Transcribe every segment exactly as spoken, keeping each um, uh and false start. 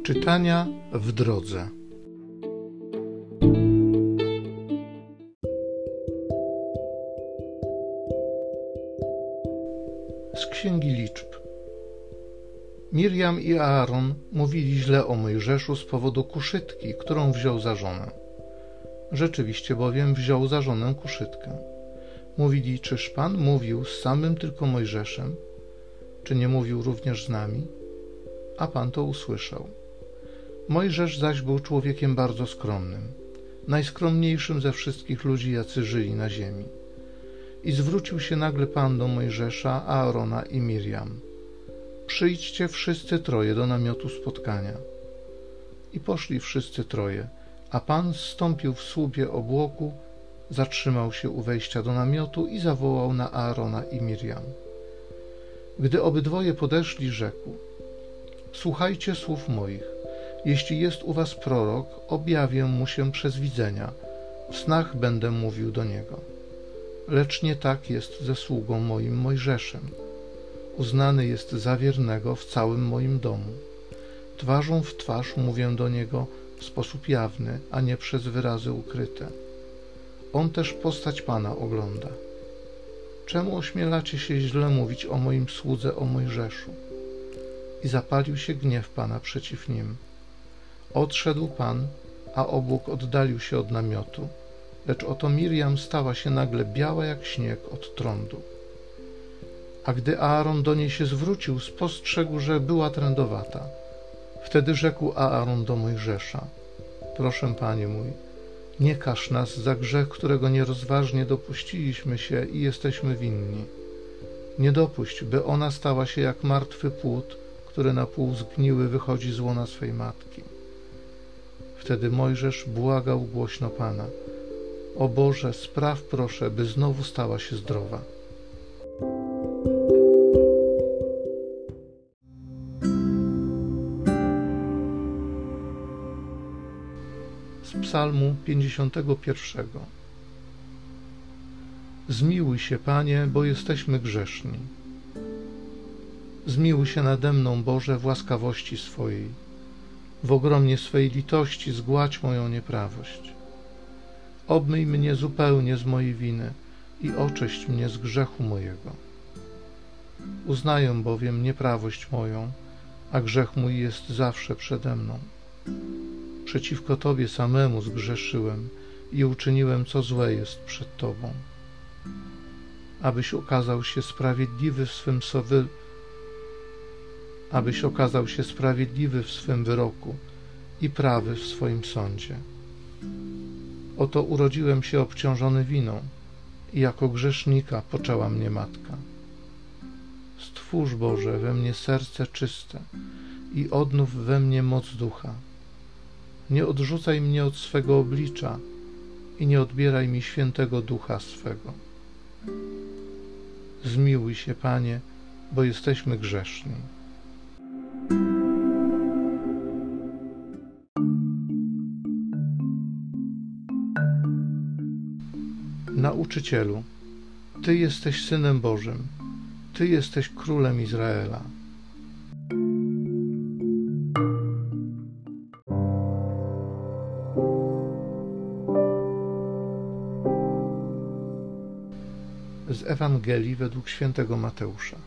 Czytania w drodze. Z Księgi Liczb. Mirjam i Aaron mówili źle o Mojżeszu z powodu kuszytki, którą wziął za żonę. Rzeczywiście bowiem wziął za żonę kuszytkę. Mówili, czyż Pan mówił z samym tylko Mojżeszem? Czy nie mówił również z nami? A Pan to usłyszał. Mojżesz zaś był człowiekiem bardzo skromnym, najskromniejszym ze wszystkich ludzi, jacy żyli na ziemi. I zwrócił się nagle Pan do Mojżesza, Aarona i Mirjam. Przyjdźcie wszyscy troje do namiotu spotkania. I poszli wszyscy troje, a Pan zstąpił w słupie obłoku, zatrzymał się u wejścia do namiotu i zawołał na Aarona i Mirjam. Gdy obydwoje podeszli, rzekł: Słuchajcie słów moich. Jeśli jest u was prorok, objawię mu się przez widzenia. W snach będę mówił do niego. Lecz nie tak jest ze sługą moim Mojżeszem. Uznany jest za wiernego w całym moim domu. Twarzą w twarz mówię do niego w sposób jawny, a nie przez wyrazy ukryte. On też postać Pana ogląda. Czemu ośmielacie się źle mówić o moim słudze, o Mojżeszu? I zapalił się gniew Pana przeciw nim. Odszedł Pan, a obłok oddalił się od namiotu, lecz oto Mirjam stała się nagle biała jak śnieg od trądu. A gdy Aaron do niej się zwrócił, spostrzegł, że była trędowata. Wtedy rzekł Aaron do Mojżesza: Proszę, Panie mój, nie karz nas za grzech, którego nierozważnie dopuściliśmy się i jesteśmy winni. Nie dopuść, by ona stała się jak martwy płód, który na pół zgniły wychodzi z łona swej matki. Wtedy Mojżesz błagał głośno Pana: O Boże, spraw proszę, by znowu stała się zdrowa. Z Psalmu pięćdziesiątego pierwszego. Zmiłuj się, Panie, bo jesteśmy grzeszni. Zmiłuj się nade mną, Boże, w łaskawości swojej. W ogromnie swej litości zgładź moją nieprawość. Obmyj mnie zupełnie z mojej winy i oczyść mnie z grzechu mojego. Uznaję bowiem nieprawość moją, a grzech mój jest zawsze przede mną. Przeciwko Tobie samemu zgrzeszyłem i uczyniłem, co złe jest przed Tobą. Abyś okazał się sprawiedliwy w swym sowy... abyś okazał się sprawiedliwy w swym wyroku i prawy w swoim sądzie. Oto urodziłem się obciążony winą i jako grzesznika poczęła mnie matka. Stwórz, Boże, we mnie serce czyste i odnów we mnie moc ducha. Nie odrzucaj mnie od swego oblicza i nie odbieraj mi świętego ducha swego. Zmiłuj się, Panie, bo jesteśmy grzeszni. Nauczycielu, Ty jesteś Synem Bożym, Ty jesteś Królem Izraela. Z Ewangelii według świętego Mateusza.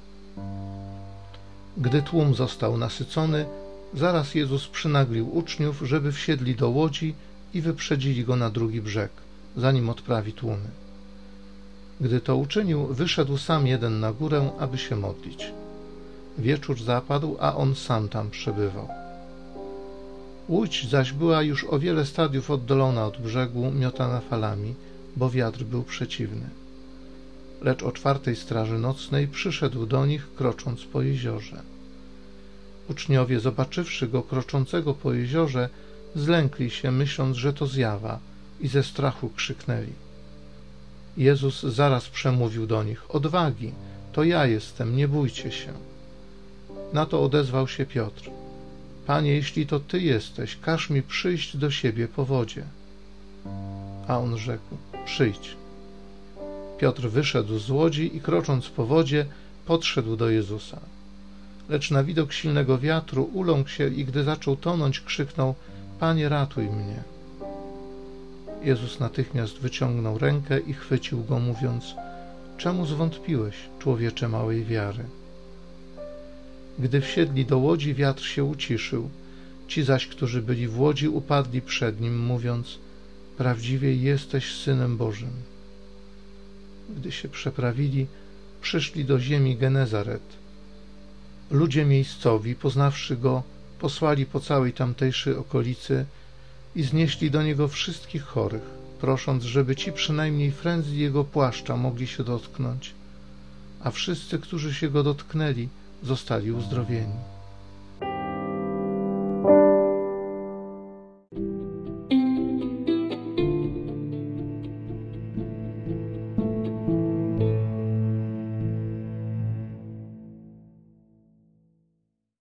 Gdy tłum został nasycony, zaraz Jezus przynaglił uczniów, żeby wsiedli do łodzi i wyprzedzili go na drugi brzeg, zanim odprawi tłumy. Gdy to uczynił, wyszedł sam jeden na górę, aby się modlić. Wieczór zapadł, a on sam tam przebywał. Łódź zaś była już o wiele stadiów oddalona od brzegu, miotana falami, bo wiatr był przeciwny. Lecz o czwartej straży nocnej przyszedł do nich, krocząc po jeziorze. Uczniowie, zobaczywszy go kroczącego po jeziorze, zlękli się, myśląc, że to zjawa, i ze strachu krzyknęli. Jezus zaraz przemówił do nich: Odwagi, to ja jestem, nie bójcie się. Na to odezwał się Piotr: Panie, jeśli to Ty jesteś, każ mi przyjść do siebie po wodzie. A on rzekł: Przyjdź. Piotr wyszedł z łodzi i krocząc po wodzie, podszedł do Jezusa. lecz na widok silnego wiatru uląkł się i gdy zaczął tonąć, krzyknął: Panie, ratuj mnie. Jezus natychmiast wyciągnął rękę i chwycił go, mówiąc: Czemu zwątpiłeś, człowiecze małej wiary? Gdy wsiedli do łodzi, wiatr się uciszył. Ci zaś, którzy byli w łodzi, upadli przed nim, mówiąc: Prawdziwie jesteś Synem Bożym. Gdy się przeprawili, przyszli do ziemi Genezaret. Ludzie miejscowi, poznawszy go, posłali po całej tamtejszej okolicy i znieśli do niego wszystkich chorych, prosząc, żeby ci przynajmniej frędzli jego płaszcza mogli się dotknąć, a wszyscy, którzy się go dotknęli, zostali uzdrowieni.